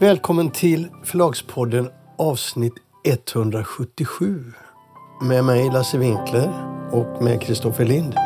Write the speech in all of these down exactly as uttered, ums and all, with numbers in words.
Välkommen till Förlagspodden avsnitt etthundrasjuttiosju. Med mig Lasse Winkler och med Kristoffer Lind.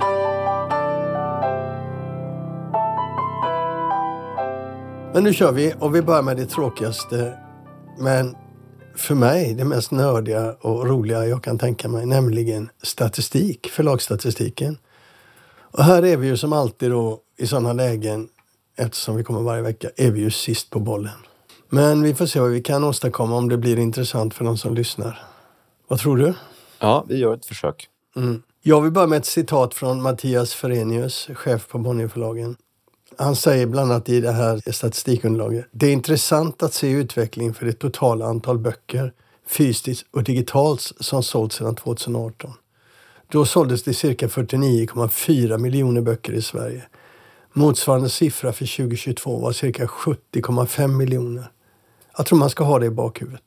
Men nu kör vi och vi börjar med det tråkigaste. Men för mig det mest nördiga och roliga jag kan tänka mig. Nämligen statistik, förlagsstatistiken. Och här är vi ju som alltid då i sådana lägen, eftersom vi kommer varje vecka, är vi ju sist på bollen. Men vi får se vad vi kan åstadkomma om det blir intressant för de som lyssnar. Vad tror du? Ja, vi gör ett försök. Mm. Jag vill börja med ett citat från Mattias Ferenius, chef på Bonnierförlagen. Han säger bland annat i det här statistikunderlaget: det är intressant att se utvecklingen för det totala antal böcker, fysiskt och digitalt, som sålts sedan tjugoarton. Då såldes det cirka fyrtionio komma fyra miljoner böcker i Sverige. Motsvarande siffra för tjugohundratjugotvå var cirka sjuttio komma fem miljoner. Jag tror man ska ha det i bakhuvudet.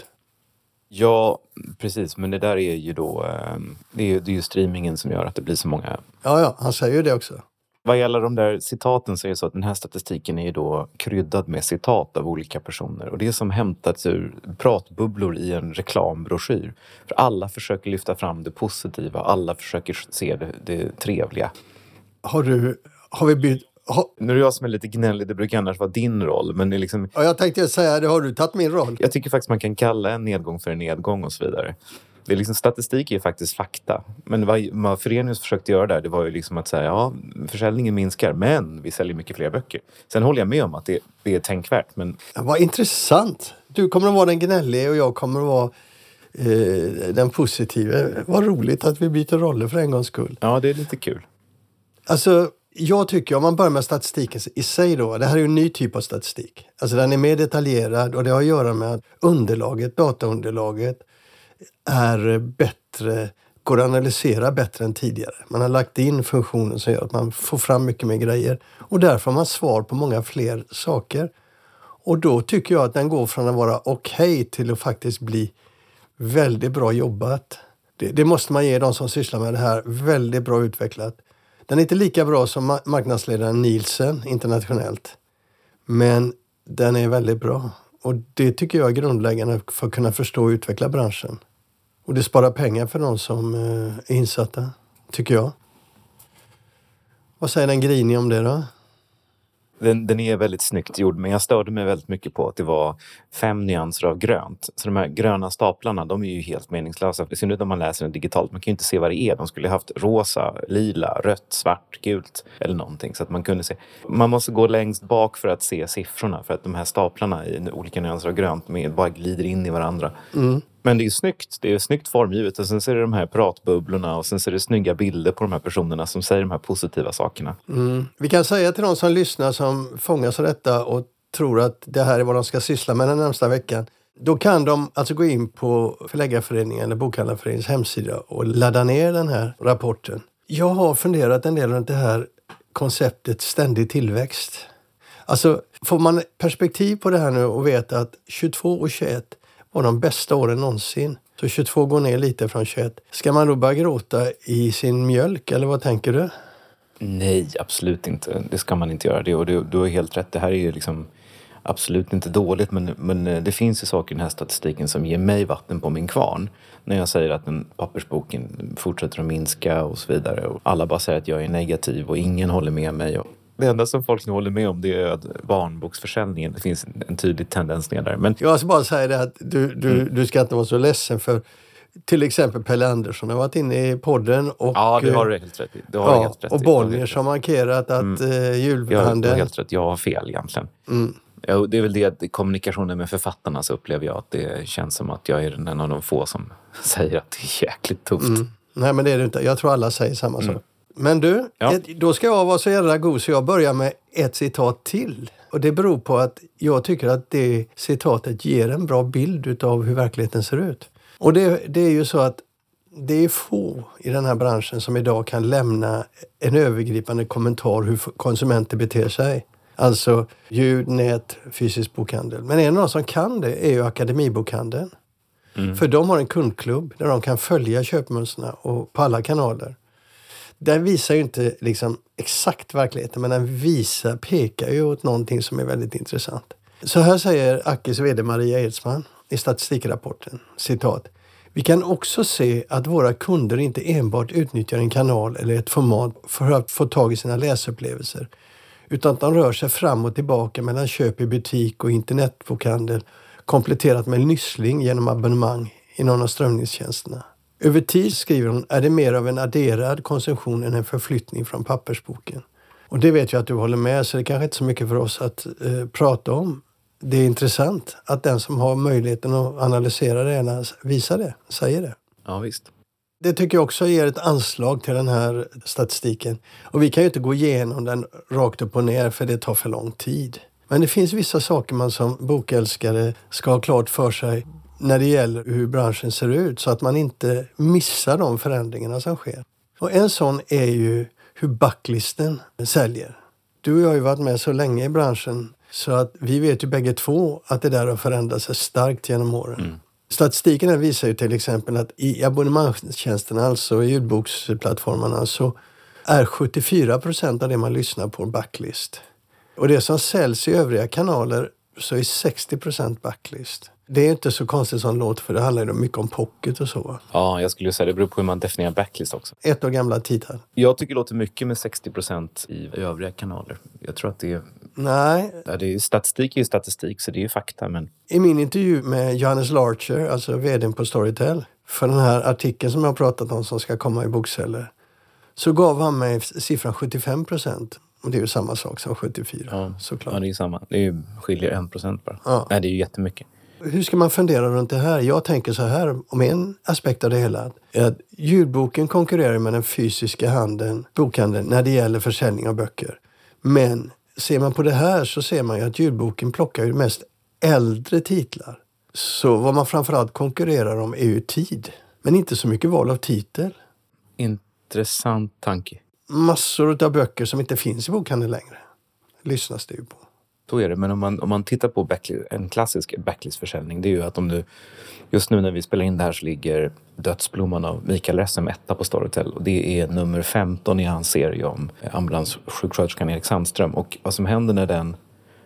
Ja, precis. Men det där är ju då... Det är ju, det är ju streamingen som gör att det blir så många... Ja, ja. Han säger ju det också. Vad gäller de där citaten så är det så att den här statistiken är ju då kryddad med citat av olika personer. Och det är som hämtats ur pratbubblor i en reklambroschyr. För alla försöker lyfta fram det positiva. Alla försöker se det, det trevliga. Har du... Har vi bytt... Ha... Nu är det jag som är lite gnällig, det brukar annars vara din roll. Men det är liksom... Ja, jag tänkte säga det, har du tagit min roll? Jag tycker faktiskt man kan kalla en nedgång för en nedgång och så vidare. Det är liksom, statistik är ju faktiskt fakta. Men vad, vad Ferenius försökte göra där, det var ju liksom att säga, ja, försäljningen minskar, men vi säljer mycket fler böcker. Sen håller jag med om att det, det är tänkvärt, men... Ja, vad intressant. Du kommer att vara den gnälliga och jag kommer att vara eh, den positiva. Vad roligt att vi byter roller för en gångs skull. Ja, det är lite kul. Alltså... Jag tycker, om man börjar med statistiken i sig då, det här är ju en ny typ av statistik. Alltså den är mer detaljerad och det har att göra med att underlaget, dataunderlaget är bättre, går att analysera bättre än tidigare. Man har lagt in funktionen som gör att man får fram mycket mer grejer och därför har man svar på många fler saker. Och då tycker jag att den går från att vara okej okay till att faktiskt bli väldigt bra jobbat. Det, det måste man ge de som sysslar med det här, väldigt bra utvecklat. Den är inte lika bra som marknadsledaren Nielsen internationellt. Men den är väldigt bra. Och det tycker jag är grundläggande för att kunna förstå och utveckla branschen. Och det sparar pengar för de som är insatta, tycker jag. Vad säger den Grini om det då? Den, den är väldigt snyggt gjord, men jag störde mig väldigt mycket på att det var fem nyanser av grönt. Så de här gröna staplarna, de är ju helt meningslösa. I synnerhet om man läser den digitalt. Man kan ju inte se vad det är. De skulle ha haft rosa, lila, rött, svart, gult eller någonting. Så att man kunde se. Man måste gå längst bak för att se siffrorna. För att de här staplarna i olika nyanser av grönt med bara glider in i varandra. Mm. Men det är ju snyggt. Det är snyggt formgivet. Och sen så är det de här pratbubblorna. Och sen så är det snygga bilder på de här personerna som säger de här positiva sakerna. Mm. Vi kan säga till de som lyssnar som fångas av detta och tror att det här är vad de ska syssla med den närmsta veckan. Då kan de alltså gå in på Förläggarföreningen eller Bokhandlarföreningens hemsida och ladda ner den här rapporten. Jag har funderat en del runt det här konceptet ständig tillväxt. Alltså får man perspektiv på det här nu och vet att tjugotvå och tjugoett var de bästa åren någonsin. Så tjugotvå går ner lite från tjugoett. Ska man då börja gråta i sin mjölk eller vad tänker du? Nej, absolut inte. Det ska man inte göra. Det, och du, du har helt rätt. Det här är ju liksom absolut inte dåligt. Men, men det finns ju saker i den här statistiken som ger mig vatten på min kvarn. När jag säger att den pappersboken fortsätter att minska och så vidare. Och alla bara säger att jag är negativ och ingen håller med mig. Och det enda som folk nu håller med om det är att barnboksförsäljningen, det finns en tydlig tendens ner där. Men jag ska bara säga det att du, du, mm. du ska inte vara så ledsen för till exempel Pelle Andersson har varit inne i podden och, ja, det har du helt rätt i. Det har ja, helt rätt och Bonniers har markerat att mm. uh, julhandeln... Jag har helt rätt, jag har fel egentligen. Mm. Ja, det är väl det att kommunikationen med författarna så upplever jag att det känns som att jag är en av de få som säger att det är jäkligt tufft. Mm. Nej, men det är det inte. Jag tror alla säger samma mm. sak. Men du, ja. ett, då ska jag vara så jävla god så jag börjar med ett citat till. Och det beror på att jag tycker att det citatet ger en bra bild av hur verkligheten ser ut. Och det, det är ju så att det är få i den här branschen som idag kan lämna en övergripande kommentar hur konsumenter beter sig. Alltså ljud, nät, fysisk bokhandel. Men en av de som kan det är ju Akademibokhandeln. Mm. För de har en kundklubb där de kan följa köpmönsterna och på alla kanaler. Den visar ju inte liksom exakt verkligheten, men den visar, pekar ju åt någonting som är väldigt intressant. Så här säger Ackes vd Maria Edsman i statistikrapporten, citat: "Vi kan också se att våra kunder inte enbart utnyttjar en kanal eller ett format för att få tag i sina läsupplevelser, utan att de rör sig fram och tillbaka mellan köp i butik och internetbokhandel, kompletterat med lyssning genom abonnemang i någon av strömningstjänsterna. Över tid, skriver hon, är det mer av en adderad konsumtion än en förflyttning från pappersboken." Och det vet jag att du håller med, så det är kanske inte så mycket för oss att eh, prata om. Det är intressant att den som har möjligheten att analysera det ena visar det, säger det. Ja, visst. Det tycker jag också ger ett anslag till den här statistiken. Och vi kan ju inte gå igenom den rakt upp och ner, för det tar för lång tid. Men det finns vissa saker man som bokälskare ska ha klart för sig när det gäller hur branschen ser ut, så att man inte missar de förändringarna som sker. Och en sån är ju hur backlisten säljer. Du och jag har ju varit med så länge i branschen, så att vi vet ju bägge två att det där har förändrat sig starkt genom åren. Mm. Statistiken här visar ju till exempel att i abonnemangstjänsterna, alltså i ljudboksplattformarna, så är sjuttiofyra procent av det man lyssnar på backlist. Och det som säljs i övriga kanaler så är sextio procent backlist. Det är inte så konstigt som låt, för det handlar ju mycket om pocket och så. Ja, jag skulle säga det beror på hur man definierar backlist också. Ett år gamla titlar. Jag tycker det låter mycket med sextio procent i övriga kanaler. Jag tror att det är... Nej. Ja, det är, statistik är ju statistik, så det är ju fakta. Men... I min intervju med Johannes Larcher, alltså vdn på Storytel, för den här artikeln som jag har pratat om som ska komma i bokceller, så gav han mig siffran sjuttiofem procent. Och det är ju samma sak som sjuttiofyra, ja, såklart. Ja, det är ju samma. Det är ju, skiljer en procent bara. Ja. Nej, det är ju jättemycket. Hur ska man fundera runt det här? Jag tänker så här, om en aspekt av det hela, är att ljudboken konkurrerar med den fysiska handeln, bokhandeln, när det gäller försäljning av böcker. Men ser man på det här så ser man ju att ljudboken plockar ju mest äldre titlar. Så vad man framförallt konkurrerar om är ju tid, men inte så mycket val av titel. Intressant tanke. Massor av böcker som inte finns i bokhandeln längre lyssnas det ju på. Så är det, men om man, om man tittar på backlist, en klassisk backlistförsäljning, det är ju att om du, just nu när vi spelar in det här så ligger Dödsblomman av Mikael Ressem etta på Storytel, och det är nummer femton i hans serie om ambulanssjuksköterskan Erik Sandström. Och vad som händer när den,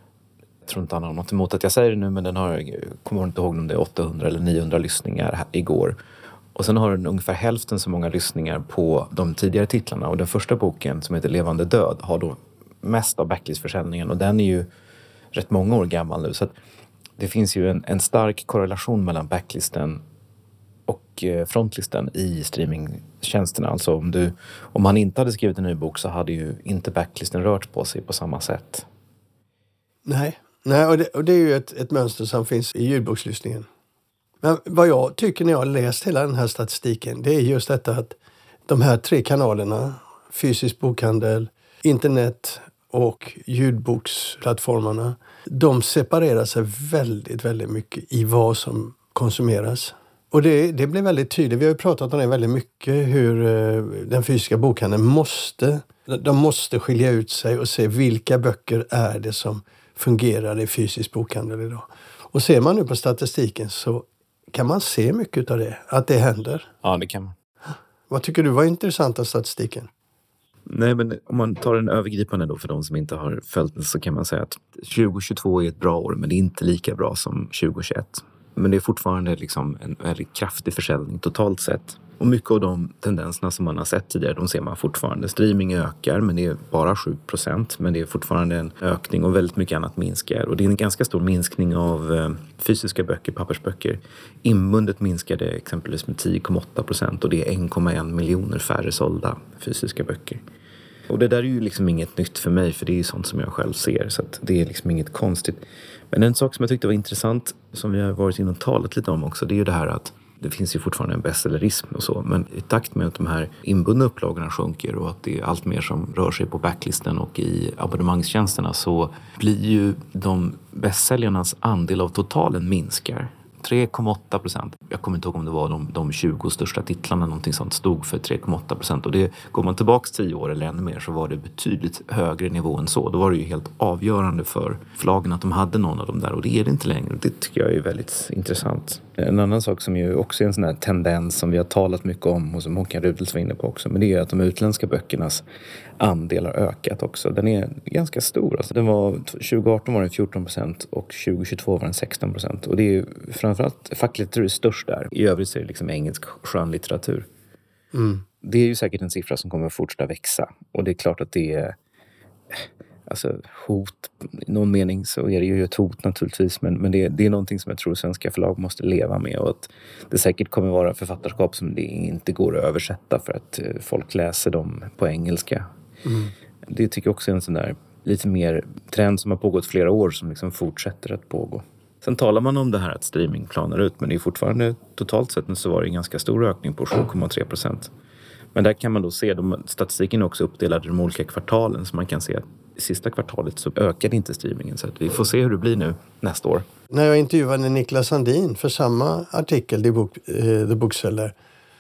jag tror inte han har något emot att jag säger det nu, men den har, kommer inte ihåg om det är åttahundra eller niohundra lyssningar här igår. Och sen har den ungefär hälften så många lyssningar på de tidigare titlarna, och den första boken som heter Levande död har då mest av backlistförsäljningen, och den är ju rätt många år gammal nu, så att det finns ju en, en stark korrelation mellan backlisten och eh, frontlisten i streamingtjänsterna. Alltså om, du, om man inte hade skrivit en ny bok så hade ju inte backlisten rört på sig på samma sätt. Nej, Nej och, det, och det är ju ett, ett mönster som finns i ljudbokslyssningen. Men vad jag tycker när jag har läst hela den här statistiken, det är just detta att de här tre kanalerna, fysisk bokhandel, internet och ljudboksplattformarna, de separerar sig väldigt, väldigt mycket i vad som konsumeras. Och det, det blir väldigt tydligt. Vi har ju pratat om det väldigt mycket, hur eh, den fysiska bokhandeln måste, de måste skilja ut sig och se vilka böcker är det som fungerar i fysisk bokhandel idag. Och ser man nu på statistiken så kan man se mycket av det, att det händer. Ja, det kan man. Vad tycker du var intressant av statistiken? Nej, men om man tar den övergripande då för de som inte har följt den, så kan man säga att tjugohundratjugotvå är ett bra år, men det är inte lika bra som tjugohundratjugoett. Men det är fortfarande liksom en väldigt kraftig försäljning totalt sett. Och mycket av de tendenserna som man har sett tidigare, de ser man fortfarande. Streaming ökar, men det är bara sju procent. Men det är fortfarande en ökning, och väldigt mycket annat minskar. Och det är en ganska stor minskning av eh, fysiska böcker, pappersböcker. Inbundet minskade exempelvis med tio komma åtta procent, och det är en komma en miljoner färre sålda fysiska böcker. Och det där är ju liksom inget nytt för mig, för det är ju sånt som jag själv ser. Så att det är liksom inget konstigt. Men en sak som jag tyckte var intressant, som vi har varit inne och talat lite om också, det är ju det här att det finns ju fortfarande en bestsellerism och så, men i takt med att de här inbundna upplagorna sjunker och att det är allt mer som rör sig på backlisten och i abonnemangstjänsterna, så blir ju de bästsäljarnas andel av totalen minskar. tre komma åtta procent. Jag kommer inte ihåg om det var de, de tjugo största titlarna, någonting sånt, stod för tre komma åtta procent. Och det, går man tillbaka tio år eller ännu mer så var det betydligt högre nivå än så. Då var det ju helt avgörande för förlagen att de hade någon av dem där, och det är det inte längre. Det tycker jag är väldigt intressant. En annan sak som ju också är en sån här tendens som vi har talat mycket om och som Håkan Rudels var inne på också, men det är att de utländska böckernas andel har ökat också. Den är ganska stor. Alltså den var, tjugo arton var den fjorton procent och tjugo tjugotvå var den sexton procent. Och det är ju framförallt facklitteratur är störst där. I övrigt så är det liksom engelsk skönlitteratur. Mm. Det är ju säkert en siffra som kommer att fortsätta växa. Och det är klart att det är alltså hot, i någon mening så är det ju ett hot naturligtvis, men, men det, det är någonting som jag tror svenska förlag måste leva med, och att det säkert kommer vara författarskap som det inte går att översätta för att folk läser dem på engelska. Mm. Det tycker jag också är en sån där lite mer trend som har pågått flera år som liksom fortsätter att pågå. Sen talar man om det här att streaming planar ut, men det är fortfarande totalt sett så var det en ganska stor ökning på sju komma tre procent. Men där kan man då se, de, statistiken är också uppdelad i de olika kvartalen, så man kan se att i sista kvartalet så ökade inte streamingen. Så att vi får se hur det blir nu nästa år. När jag intervjuade Niklas Sandin för samma artikel i bok, eh, The Bookseller,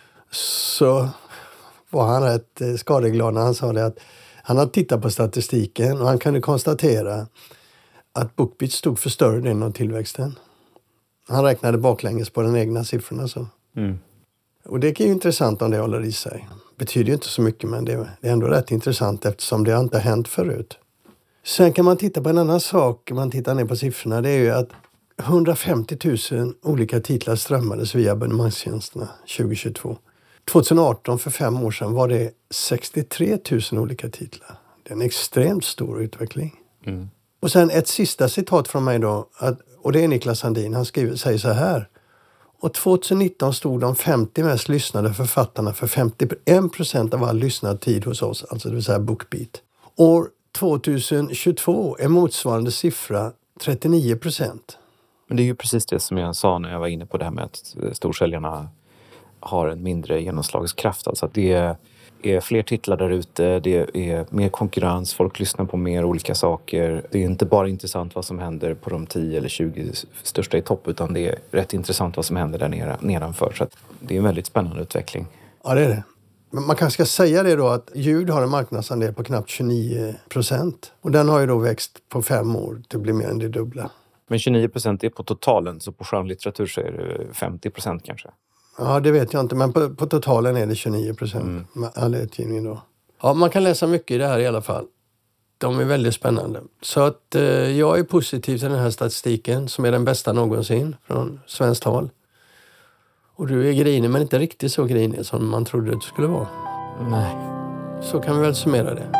så var han rätt eh, skadeglad när han sa det, att han hade tittat på statistiken och han kunde konstatera att BookBeat stod för större delen av tillväxten. Han räknade baklänges på den egna siffrorna. Så. Mm. Och det är ju intressant om det håller i sig. Betyder ju inte så mycket, men det är ändå rätt intressant eftersom det har inte hänt förut. Sen kan man titta på en annan sak, man tittar ner på siffrorna, det är ju att hundrafemtio tusen olika titlar strömmades via abonnemangstjänsterna tjugo tjugotvå. tjugo arton, för fem år sedan, var det sextiotre tusen olika titlar. Det är en extremt stor utveckling. Mm. Och sen ett sista citat från mig då, att, och det är Niklas Sandin, han skriver, säger så här: och tjugonitton stod de femtio mest lyssnade författarna för femtioen procent av all lyssnad tid hos oss, alltså det vill säga BookBeat. År tjugohundratjugotvå är motsvarande siffra trettionio procent. Men det är ju precis det som jag sa när jag var inne på det här med att storsäljarna har en mindre genomslagskraft. Alltså att det är fler titlar där ute, det är mer konkurrens, folk lyssnar på mer olika saker. Det är inte bara intressant vad som händer på de tio eller tjugo största i topp, utan det är rätt intressant vad som händer där nere, nedanför. Så att det är en väldigt spännande utveckling. Ja, det är det. Men man kanske ska säga det då, att ljud har en marknadsandel på knappt tjugonio procent. Och den har ju då växt på fem år till att bli mer än det dubbla. Men tjugonio procent är på totalen, så på skönlitteratur så är det femtio procent kanske. Ja, det vet jag inte, men på, på totalen är det tjugonio procent mm. med all utgivning då. Ja, man kan läsa mycket i det här i alla fall. De är väldigt spännande. Så att eh, jag är positiv till den här statistiken som är den bästa någonsin från svenskt håll. Och du är grinig, men inte riktigt så grinig som man trodde det skulle vara. Nej. Så kan vi väl summera det.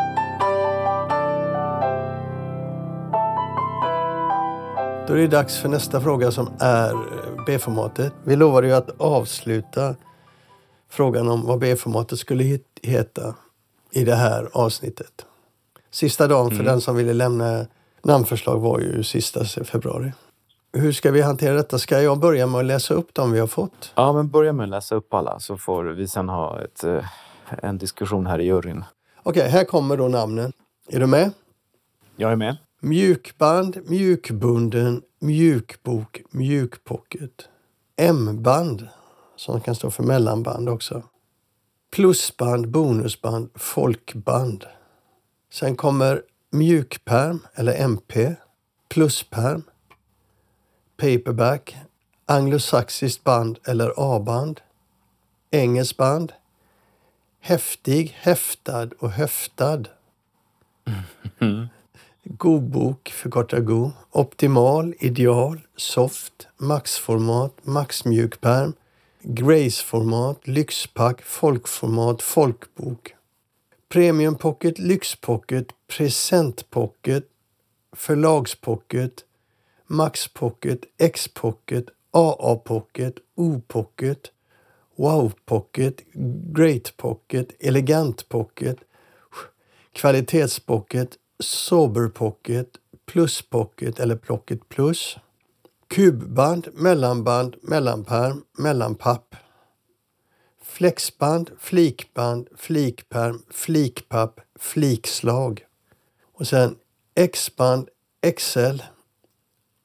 Då är det dags för nästa fråga som är B-formatet. Vi lovade ju att avsluta frågan om vad B-formatet skulle heta i det här avsnittet. Sista dagen för mm. den som ville lämna namnförslag var ju sista februari. Hur ska vi hantera detta? Ska jag börja med att läsa upp dem vi har fått? Ja, men börja med att läsa upp alla, så får vi sen ha ett, en diskussion här i juryn. Okej, här kommer då namnen. Är du med? Jag är med. Mjukband, mjukbunden, mjukbok, mjukpocket. M-band, som kan stå för mellanband också. Plusband, bonusband, folkband. Sen kommer mjukperm eller M P, plusperm, paperback, anglosaxiskt band eller A-band, engelskt band, häftig, häftad och höftad. Mm. Godbok, förkorta Go, optimal, ideal, soft, maxformat, maxmjukperm, graceformat, lyxpack, folkformat, folkbok. Premium pocket, lyxpocket, presentpocket, förlagspocket, maxpocket, X-pocket, A A-pocket, O-pocket, wow-pocket, great-pocket, elegant-pocket, kvalitetspocket, sober-pocket, plus-pocket eller pocket plus, kubband, mellanband, mellanperm, mellanpapp, flexband, flikband, flikperm, flikpapp, flikslag. Och sen X-band, X L,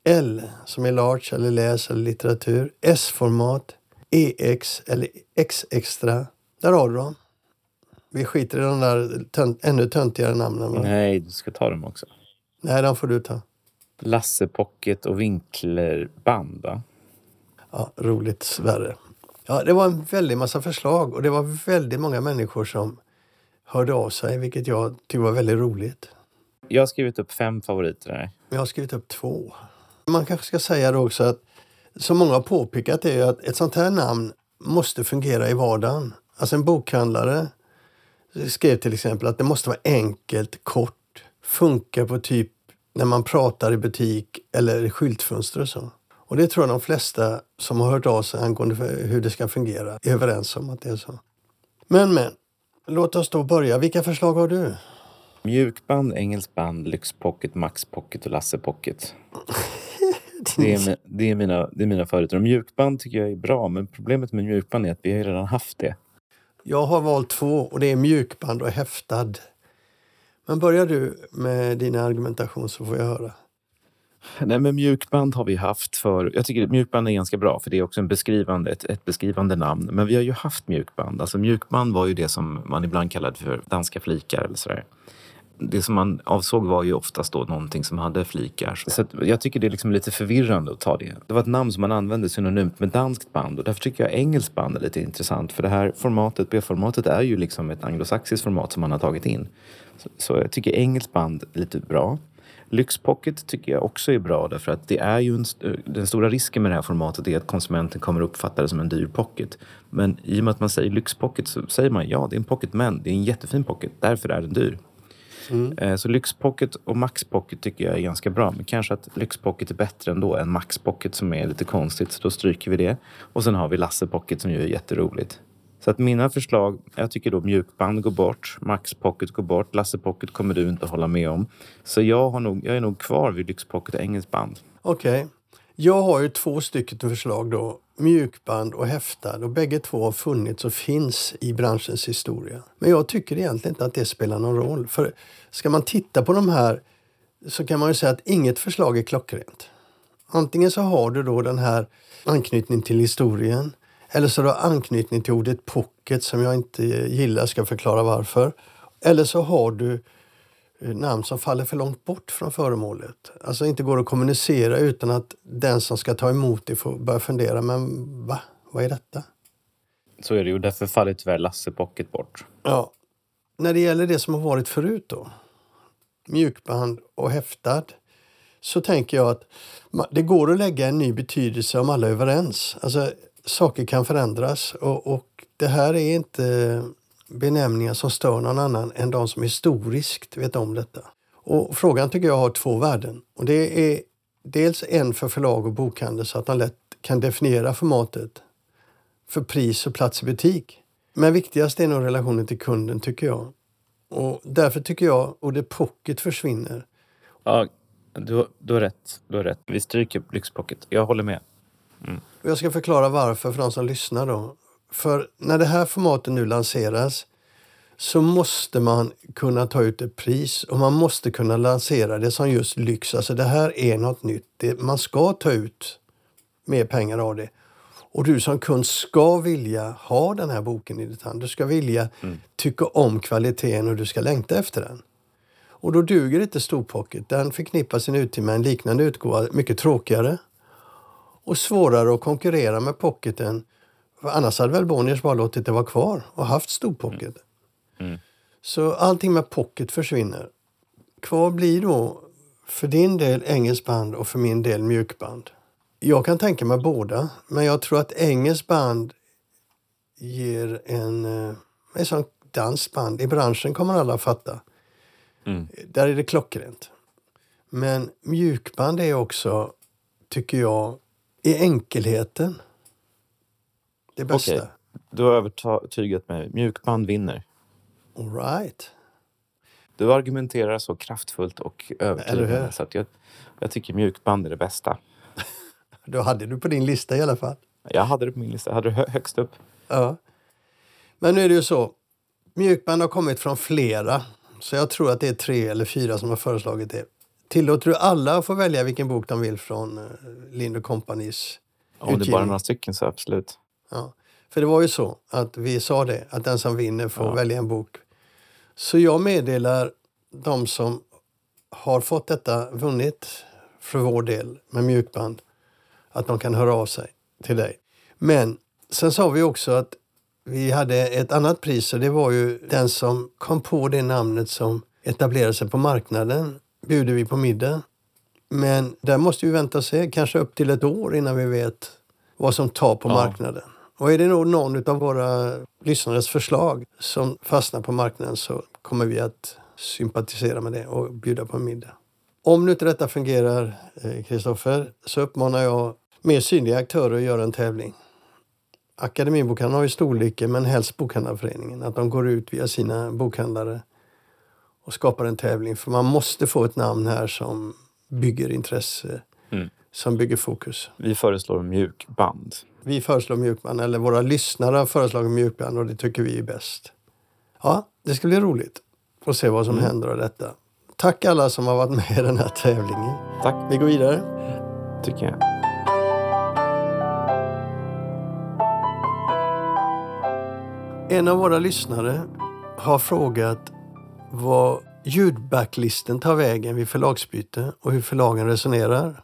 L som är large eller läs eller litteratur. S-format. E X eller X-extra. Där har du dem. Vi skiter i de där tönt, ännu töntigare namnen. Va? Nej, du ska ta dem också. Nej, de får du ta. Lasse Pocket och Winklerband, va? Ja, roligt, Sverre. Ja, det var en väldigt massa förslag och det var väldigt många människor som hörde av sig, vilket jag tyckte var väldigt roligt. Jag har skrivit upp fem favoriter här. Jag har skrivit upp två. Man kanske ska säga då också att, som många har påpekat, är att ett sånt här namn måste fungera i vardagen. Alltså en bokhandlare skrev till exempel att det måste vara enkelt, kort, funka på typ när man pratar i butik eller i skyltfönster och så. Och det tror jag de flesta som har hört av sig angående hur det ska fungera är överens om att det är så. Men, men, låt oss då börja. Vilka förslag har du? Mjukband, Engelsband, Lyxpocket, Maxpocket och Lasse Pocket. Det är, det, är mina, det är mina favoriter. Och mjukband tycker jag är bra, men problemet med mjukband är att vi har redan haft det. Jag har valt två och det är mjukband och häftad. Men börjar du med din argumentation så får jag höra. Nej, men mjukband har vi haft för... Jag tycker att mjukband är ganska bra för det är också en beskrivande, ett, ett beskrivande namn. Men vi har ju haft mjukband. Alltså mjukband var ju det som man ibland kallade för danska flikar eller sådär. Det som man avsåg var ju oftast då någonting som hade flikar. Så att jag tycker det är liksom lite förvirrande att ta det. Det var ett namn som man använde synonymt med danskt band och därför tycker jag engelskt band är lite intressant. För det här formatet, B-formatet är ju liksom ett anglosaxiskt format som man har tagit in. Så, så jag tycker engelskt band är lite bra. Lyxpocket tycker jag också är bra därför att det är ju en, den stora risken med det här formatet är att konsumenten kommer uppfatta det som en dyr pocket. Men i och med att man säger lyxpocket så säger man ja, det är en pocket men det är en jättefin pocket, därför är den dyr. Mm. Så Lyxpocket och Maxpocket tycker jag är ganska bra. Men kanske att Lyxpocket är bättre ändå än Maxpocket som är lite konstigt. Så då stryker vi det. Och sen har vi Lasse Pocket som ju är jätteroligt. Så att mina förslag, jag tycker då mjukband går bort. Maxpocket går bort. Lasse Pocket kommer du inte hålla med om. Så jag, har nog, jag är nog kvar vid Lyxpocket och engelskt band. Okej. Okay. Jag har ju två stycken förslag då. Mjukband och häftad. Och bägge två har funnits och finns i branschens historia. Men jag tycker egentligen inte att det spelar någon roll. För ska man titta på de här så kan man ju säga att inget förslag är klockrent. Antingen så har du då den här anknytning till historien. Eller så har du anknytning till ordet pocket som jag inte gillar, ska förklara varför. Eller så har du namn som faller för långt bort från föremålet. Alltså inte går att kommunicera utan att den som ska ta emot det får börja fundera. Men va? Vad är detta? Så är det ju. Därför faller tyvärr Lasse Pocket bort. Ja. När det gäller det som har varit förut då. Mjukband och häftad. Så tänker jag att det går att lägga en ny betydelse om alla är överens. Alltså saker kan förändras. Och, och det här är inte benämningar som stör någon annan än de som historiskt vet om detta. Och frågan tycker jag har två värden. Och det är dels en för förlag och bokhandel så att man lätt kan definiera formatet för pris och plats i butik. Men viktigast är nog relationen till kunden tycker jag. Och därför tycker jag att ordet pocket försvinner. Ja, du, du har rätt. Du har rätt. Vi stryker Lyxpocket. Jag håller med. Mm. Och jag ska förklara varför för de som lyssnar då. För när det här formatet nu lanseras så måste man kunna ta ut ett pris och man måste kunna lansera det som just lyx. Alltså det här är något nytt. Det, man ska ta ut mer pengar av det. Och du som kund ska vilja ha den här boken i ditt hand. Du ska vilja mm. tycka om kvaliteten och du ska längta efter den. Och då duger inte Storpocket. Den förknippar sin utgivning med en liknande utgåva mycket tråkigare. Och svårare att konkurrera med pocketen. För annars hade väl Bonniers bara låtit det vara kvar och haft Storpocket. Mm. Mm. Så allting med pocket försvinner. Kvar blir då för din del engelskt band och för min del mjukband. Jag kan tänka mig båda. Men jag tror att engelskt band ger en, en sån dansband. I branschen kommer alla fatta. Mm. Där är det klockrent. Men mjukband är också, tycker jag, i enkelheten det bästa. Okej, du har övertygat mig. Mjukband vinner. All right. Du argumenterar så kraftfullt och övertygande så att jag, jag tycker mjukband är det bästa. Då hade du på din lista i alla fall. Jag hade det på min lista. Jag hade det högst upp. Ja. Men nu är det ju så. Mjukband har kommit från flera. Så jag tror att det är tre eller fyra som har föreslagit det. Tillåter du alla att få välja vilken bok de vill från uh, Lind och Companys Om det är bara några stycken så absolut. Ja, för det var ju så att vi sa det, att den som vinner får Ja. välja en bok. Så jag meddelar de som har fått detta vunnit för vår del med mjukband att de kan höra av sig till dig. Men sen sa vi också att vi hade ett annat pris och det var ju den som kom på det namnet som etablerade sig på marknaden. Bjuder vi på middag. Men där måste vi vänta och se, kanske upp till ett år innan vi vet vad som tar på Ja. marknaden. Och är det nog någon av våra lyssnares förslag som fastnar på marknaden så kommer vi att sympatisera med det och bjuda på en middag. Om nu inte detta fungerar, Kristoffer, så uppmanar jag mer synliga aktörer att göra en tävling. Akademibokhandeln har ju storleken, men helst Bokhandlarföreningen. Att de går ut via sina bokhandlare och skapar en tävling. För man måste få ett namn här som bygger intresse, mm. som bygger fokus. Vi föreslår mjukband. Vi föreslår mjukband, eller våra lyssnare har föreslagit mjukband och det tycker vi är bäst. Ja, det ska bli roligt att se vad som mm. händer av detta. Tack alla som har varit med i den här tävlingen. Tack. Vi går vidare. Tycker jag. En av våra lyssnare har frågat vad ljudbacklisten tar vägen vid förlagsbyte och hur förlagen resonerar.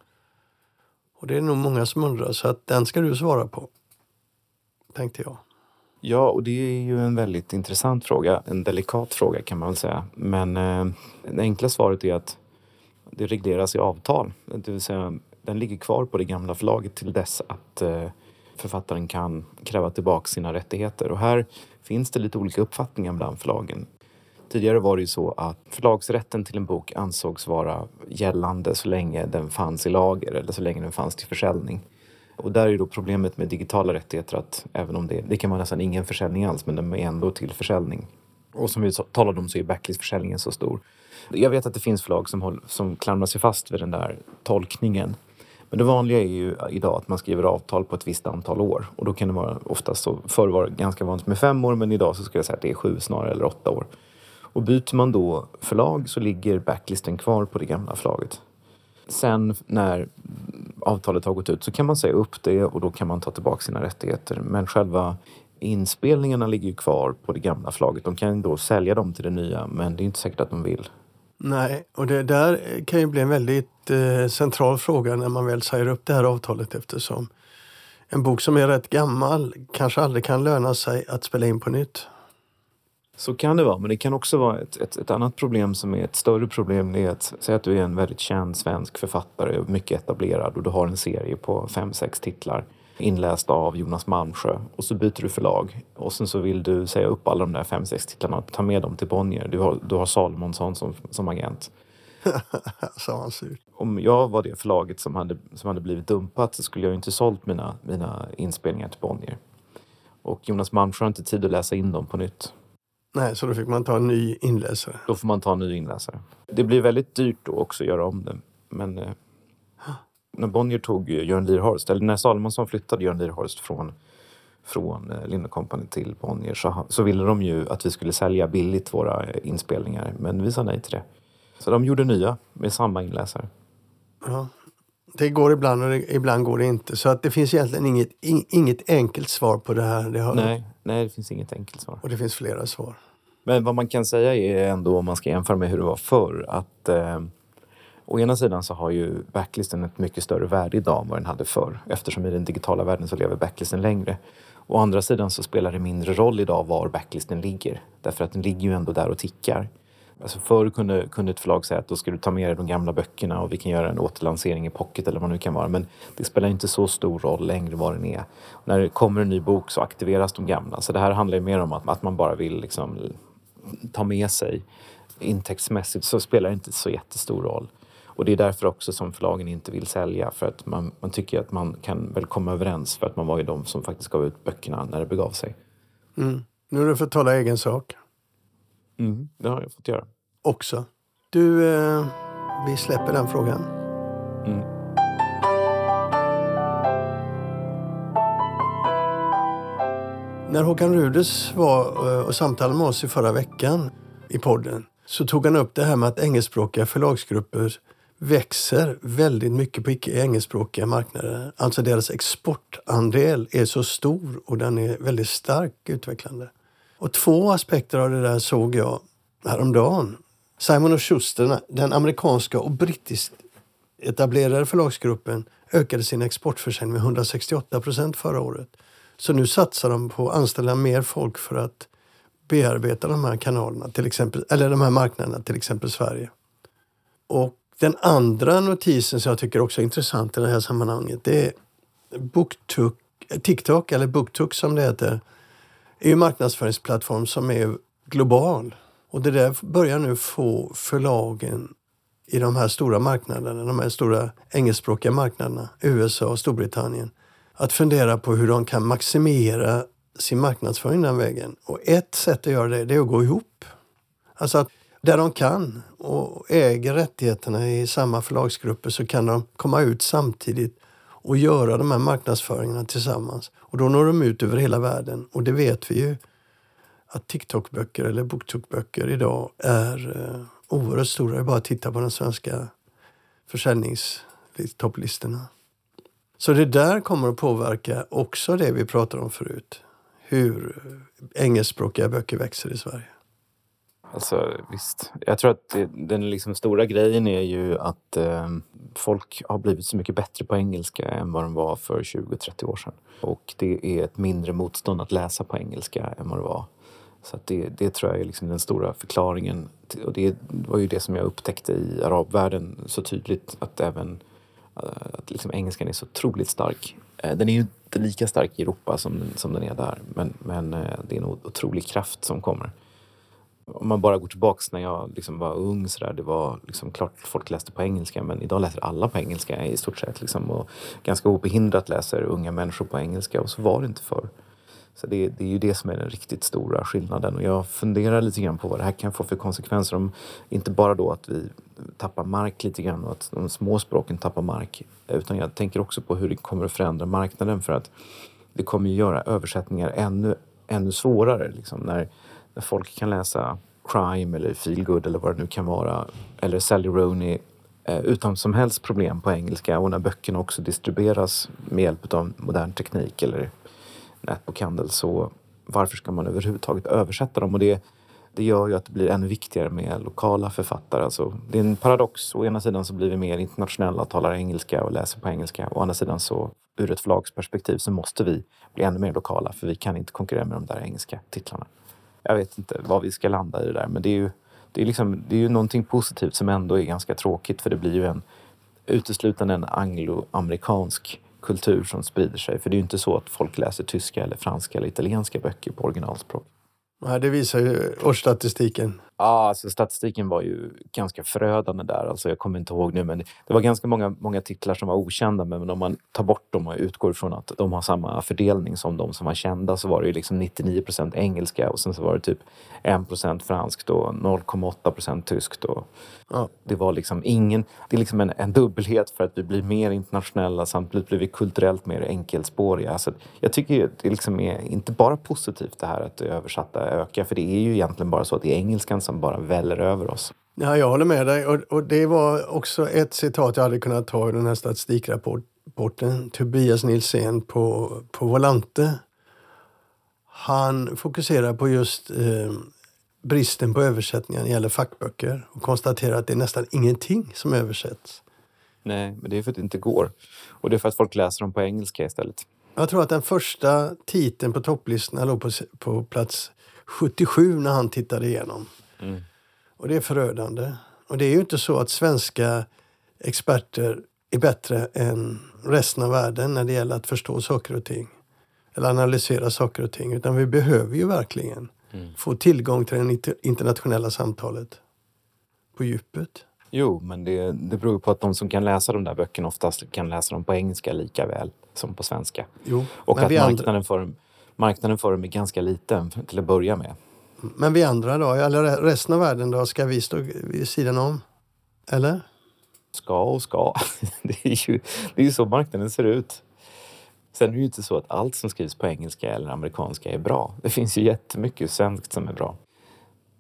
Och det är nog många som undrar, så att den ska du svara på, tänkte jag. Ja, och det är ju en väldigt intressant fråga, en delikat fråga kan man väl säga. Men eh, det enkla svaret är att det regleras i avtal. Det vill säga, den ligger kvar på det gamla förlaget till dess att eh, författaren kan kräva tillbaka sina rättigheter. Och här finns det lite olika uppfattningar bland förlagen. Tidigare var det ju så att förlagsrätten till en bok ansågs vara gällande så länge den fanns i lager eller så länge den fanns till försäljning. Och där är då problemet med digitala rättigheter att även om det, det kan vara nästan ingen försäljning alls, men den är ändå till försäljning. Och som vi talade om så är backlistförsäljningen så stor. Jag vet att det finns förlag som, håll, som klamrar sig fast vid den där tolkningen. Men det vanliga är ju idag att man skriver avtal på ett visst antal år. Och då kan det vara oftast så, förr var det ganska vanligt med fem år, men idag så skulle jag säga att det är sju snarare eller åtta år. Och byter man då förlag så ligger backlisten kvar på det gamla förlaget. Sen när avtalet har gått ut så kan man säga upp det och då kan man ta tillbaka sina rättigheter. Men själva inspelningarna ligger ju kvar på det gamla förlaget. De kan då sälja dem till det nya, men det är inte säkert att de vill. Nej, och det där kan ju bli en väldigt eh, central fråga när man väl säger upp det här avtalet, eftersom en bok som är rätt gammal kanske aldrig kan löna sig att spela in på nytt. Så kan det vara, men det kan också vara ett, ett, ett annat problem som är ett större problem. Det är att säga att du är en väldigt känd svensk författare, mycket etablerad, och du har en serie på fem, sex titlar inlästa av Jonas Malmsjö, och så byter du förlag och sen så vill du säga upp alla de där fem, sex titlarna och ta med dem till Bonnier. Du har, du har Salomonsson som, som agent. Sa han surt. Om jag var det förlaget som hade, som hade blivit dumpat så skulle jag inte sålt mina, mina inspelningar till Bonnier. Och Jonas Malmsjö har inte tid att läsa in dem på nytt. Nej, så då fick man ta en ny inläsare. Då får man ta en ny inläsare. Det blir väldigt dyrt då också att göra om det. Men eh, när Bonnier tog Jörn Lierhorst, eller när Salomonsson flyttade Jörn Lierhorst från, från eh, Lind och Company till Bonnier så, så ville de ju att vi skulle sälja billigt våra eh, inspelningar. Men vi sa nej till det. Så de gjorde nya med samma inläsare. Ja, det går ibland och det, ibland går det inte. Så att det finns egentligen inget, in, inget enkelt svar på det här. Det har, nej, nej, det finns inget enkelt svar. Och det finns flera svar. Men vad man kan säga är ändå, om man ska jämföra med hur det var förr, att eh, å ena sidan så har ju backlisten ett mycket större värde idag än vad den hade förr. Eftersom i den digitala världen så lever backlisten längre. Å andra sidan så spelar det mindre roll idag var backlisten ligger. Därför att den ligger ju ändå där och tickar. Alltså förr kunde, kunde ett förlag säga att då ska du ta med dig de gamla böckerna och vi kan göra en återlansering i pocket eller vad det nu kan vara. Men det spelar inte så stor roll längre vad den är. Och när det kommer en ny bok så aktiveras de gamla. Så det här handlar ju mer om att, att man bara vill liksom ta med sig intäktsmässigt, så spelar det inte så jättestor roll. Och det är därför också som förlagen inte vill sälja, för att man, man tycker att man kan väl komma överens, för att man var ju de som faktiskt gav ut böckerna när det begav sig. Mm. Nu har du fått tala egen sak. Mm, det har jag fått göra. Också. Du, eh, vi släpper den frågan. Mm. När Håkan Ruders var och samtalade med oss i förra veckan i podden så tog han upp det här med att engelskspråkiga förlagsgrupper växer väldigt mycket på icke-engelskspråkiga marknader. Alltså deras exportandel är så stor och den är väldigt starkt utvecklande. Och två aspekter av det där såg jag häromdagen. Simon och Schuster, den amerikanska och brittiskt etablerade förlagsgruppen, ökade sin exportförsäljning med hundrasextioåtta procent förra året. Så nu satsar de på att anställa mer folk för att bearbeta de här kanalerna, till exempel, eller de här marknaderna, till exempel Sverige. Och den andra notisen som jag tycker också är intressant i det här sammanhanget, det är BookTok, TikTok, eller BookTok som det heter, är ju en marknadsföringsplattform som är global. Och det där börjar nu få förlagen i de här stora marknaderna, de här stora engelskspråkiga marknaderna, U S A och Storbritannien, att fundera på hur de kan maximera sin marknadsföring den vägen. Och ett sätt att göra det, det är att gå ihop. Alltså att där de kan och äger rättigheterna i samma förlagsgrupper så kan de komma ut samtidigt och göra de här marknadsföringarna tillsammans. Och då når de ut över hela världen. Och det vet vi ju att TikTok-böcker eller BookTok-böcker idag är eh, oerhört stora. Det är bara att titta på de svenska försäljningstopplistorna. Så det där kommer att påverka också det vi pratade om förut. Hur engelskspråkiga böcker växer i Sverige. Alltså visst, jag tror att det, den liksom stora grejen är ju att eh, folk har blivit så mycket bättre på engelska än vad de var för tjugo till trettio år sedan. Och det är ett mindre motstånd att läsa på engelska än vad det var. Så att det, det tror jag är liksom den stora förklaringen. Och det var ju det som jag upptäckte i arabvärlden så tydligt, att även att liksom engelskan är så otroligt stark. Den är ju inte lika stark i Europa som, som den är där, men, men det är en otrolig kraft som kommer. Om man bara går tillbaka när jag liksom var ung så där, det var liksom klart att folk läste på engelska, men idag läser alla på engelska i stort sett liksom, och ganska obehindrat läser unga människor på engelska, och så var det inte förr. Så det, det är ju det som är den riktigt stora skillnaden, och jag funderar lite grann på vad det här kan få för konsekvenser, om inte bara då att vi tappar mark lite grann och att de små språken tappar mark, utan jag tänker också på hur det kommer att förändra marknaden, för att det kommer att göra översättningar ännu, ännu svårare liksom, när När folk kan läsa crime eller feel good eller vad det nu kan vara, eller Sally Rooney eh, utan som helst problem på engelska, och när böckerna också distribueras med hjälp av modern teknik eller nätbokhandel, så varför ska man överhuvudtaget översätta dem? Och det, det gör ju att det blir ännu viktigare med lokala författare. Alltså, det är en paradox. Å ena sidan så blir vi mer internationella, talar engelska och läser på engelska. Å andra sidan så, ur ett förlagsperspektiv, så måste vi bli ännu mer lokala, för vi kan inte konkurrera med de där engelska titlarna. Jag vet inte vad vi ska landa i det där, men det är ju, det är liksom, det är ju någonting positivt som ändå är ganska tråkigt, för det blir ju en uteslutande en angloamerikansk kultur som sprider sig. För det är ju inte så att folk läser tyska eller franska eller italienska böcker på originalspråk. Nej, det visar ju årsstatistiken. Ja, alltså statistiken var ju ganska förödande där. Alltså jag kommer inte ihåg nu, men det var ganska många, många titlar som var okända. Men om man tar bort dem och utgår från att de har samma fördelning som de som var kända, så var det ju liksom nittionio procent engelska, och sen så var det typ en procent franskt och noll komma åtta procent tyskt. Och ja. Det var liksom ingen, det är liksom en, en dubbelhet för att vi blir mer internationella, samtidigt blir vi kulturellt mer enkelspåriga. Så jag tycker det liksom är inte bara positivt det här att det översatta ökar, för det är ju egentligen bara så att det är engelskan som bara väller över oss. Ja, jag håller med dig. Och, och det var också ett citat jag hade kunnat ta i den här statistikrapporten. Tobias Nilsén på, på Volante. Han fokuserar på just eh, bristen på översättningar när det gäller fackböcker. Och konstaterar att det är nästan ingenting som översätts. Nej, men det är för att det inte går. Och det är för att folk läser dem på engelska istället. Jag tror att den första titeln på topplistorna låg på, på plats sjuttiosju när han tittade igenom. Mm. Och det är förödande. Och det är ju inte så att svenska experter är bättre än resten av världen när det gäller att förstå saker och ting. Eller analysera saker och ting. Utan vi behöver ju verkligen mm. få tillgång till det internationella samtalet på djupet. Jo, men det, det beror på att de som kan läsa de där böckerna oftast kan läsa dem på engelska lika väl som på svenska. Jo, och att marknaden, andra... för, marknaden för dem är ganska liten till att börja med. Men vi andra då, eller resten av världen då, ska vi stå vid sidan om? Eller? Ska och ska. Det är ju det är ju så marknaden ser ut. Sen är det ju inte så att allt som skrivs på engelska eller amerikanska är bra. Det finns ju jättemycket svenskt som är bra.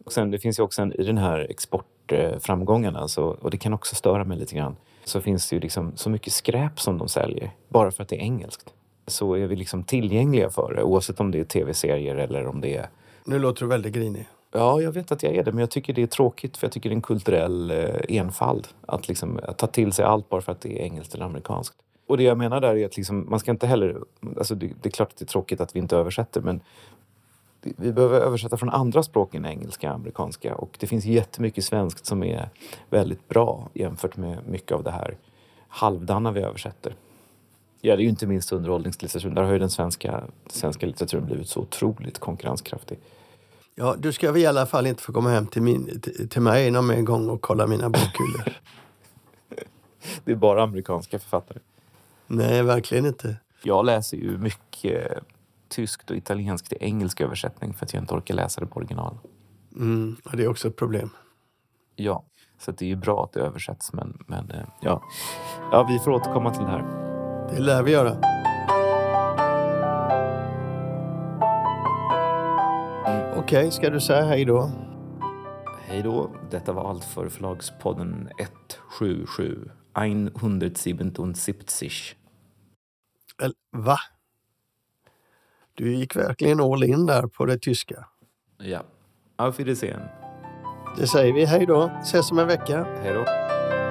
Och sen det finns ju också en, i den här exportframgången, alltså, och det kan också störa mig lite grann, så finns det ju liksom så mycket skräp som de säljer, bara för att det är engelskt. Så är vi liksom tillgängliga för det, oavsett om det är tv-serier eller om det är... Nu låter du väldigt grinig. Ja, jag vet att jag är det, men jag tycker det är tråkigt, för jag tycker det är en kulturell eh, enfald att, liksom, att ta till sig allt bara för att det är engelskt eller amerikanskt. Och det jag menar där är att liksom, man ska inte heller... Alltså det, det är klart att det är tråkigt att vi inte översätter, men vi behöver översätta från andra språk än engelska och amerikanska. Och det finns jättemycket svenskt som är väldigt bra jämfört med mycket av det här halvdana vi översätter. Ja, det är ju inte minst underhållningslitteratur. Där har ju den svenska, svenska litteraturen blivit så otroligt konkurrenskraftig. Ja, du ska väl i alla fall inte få komma hem till, min, till, till mig någon mer gång och kolla mina bokhyllor. Det är bara amerikanska författare. Nej, verkligen inte. Jag läser ju mycket tyskt och italienskt i engelsk översättning för att jag inte orkar läsa det på original. Mm, och det är också ett problem. Ja, så det är ju bra att det översätts, men, men ja. ja, vi får återkomma till det här. Det lär vi göra. Okej, okay, ska du säga hej då? Hej då. Detta var allt för förlagspodden etthundrasjuttiosju. hundertsiebenundsiebzig. El, va? Du gick verkligen all in där på det tyska. Ja. Auf Wiedersehen. Det säger vi hej då. Ses om en vecka. Hej då.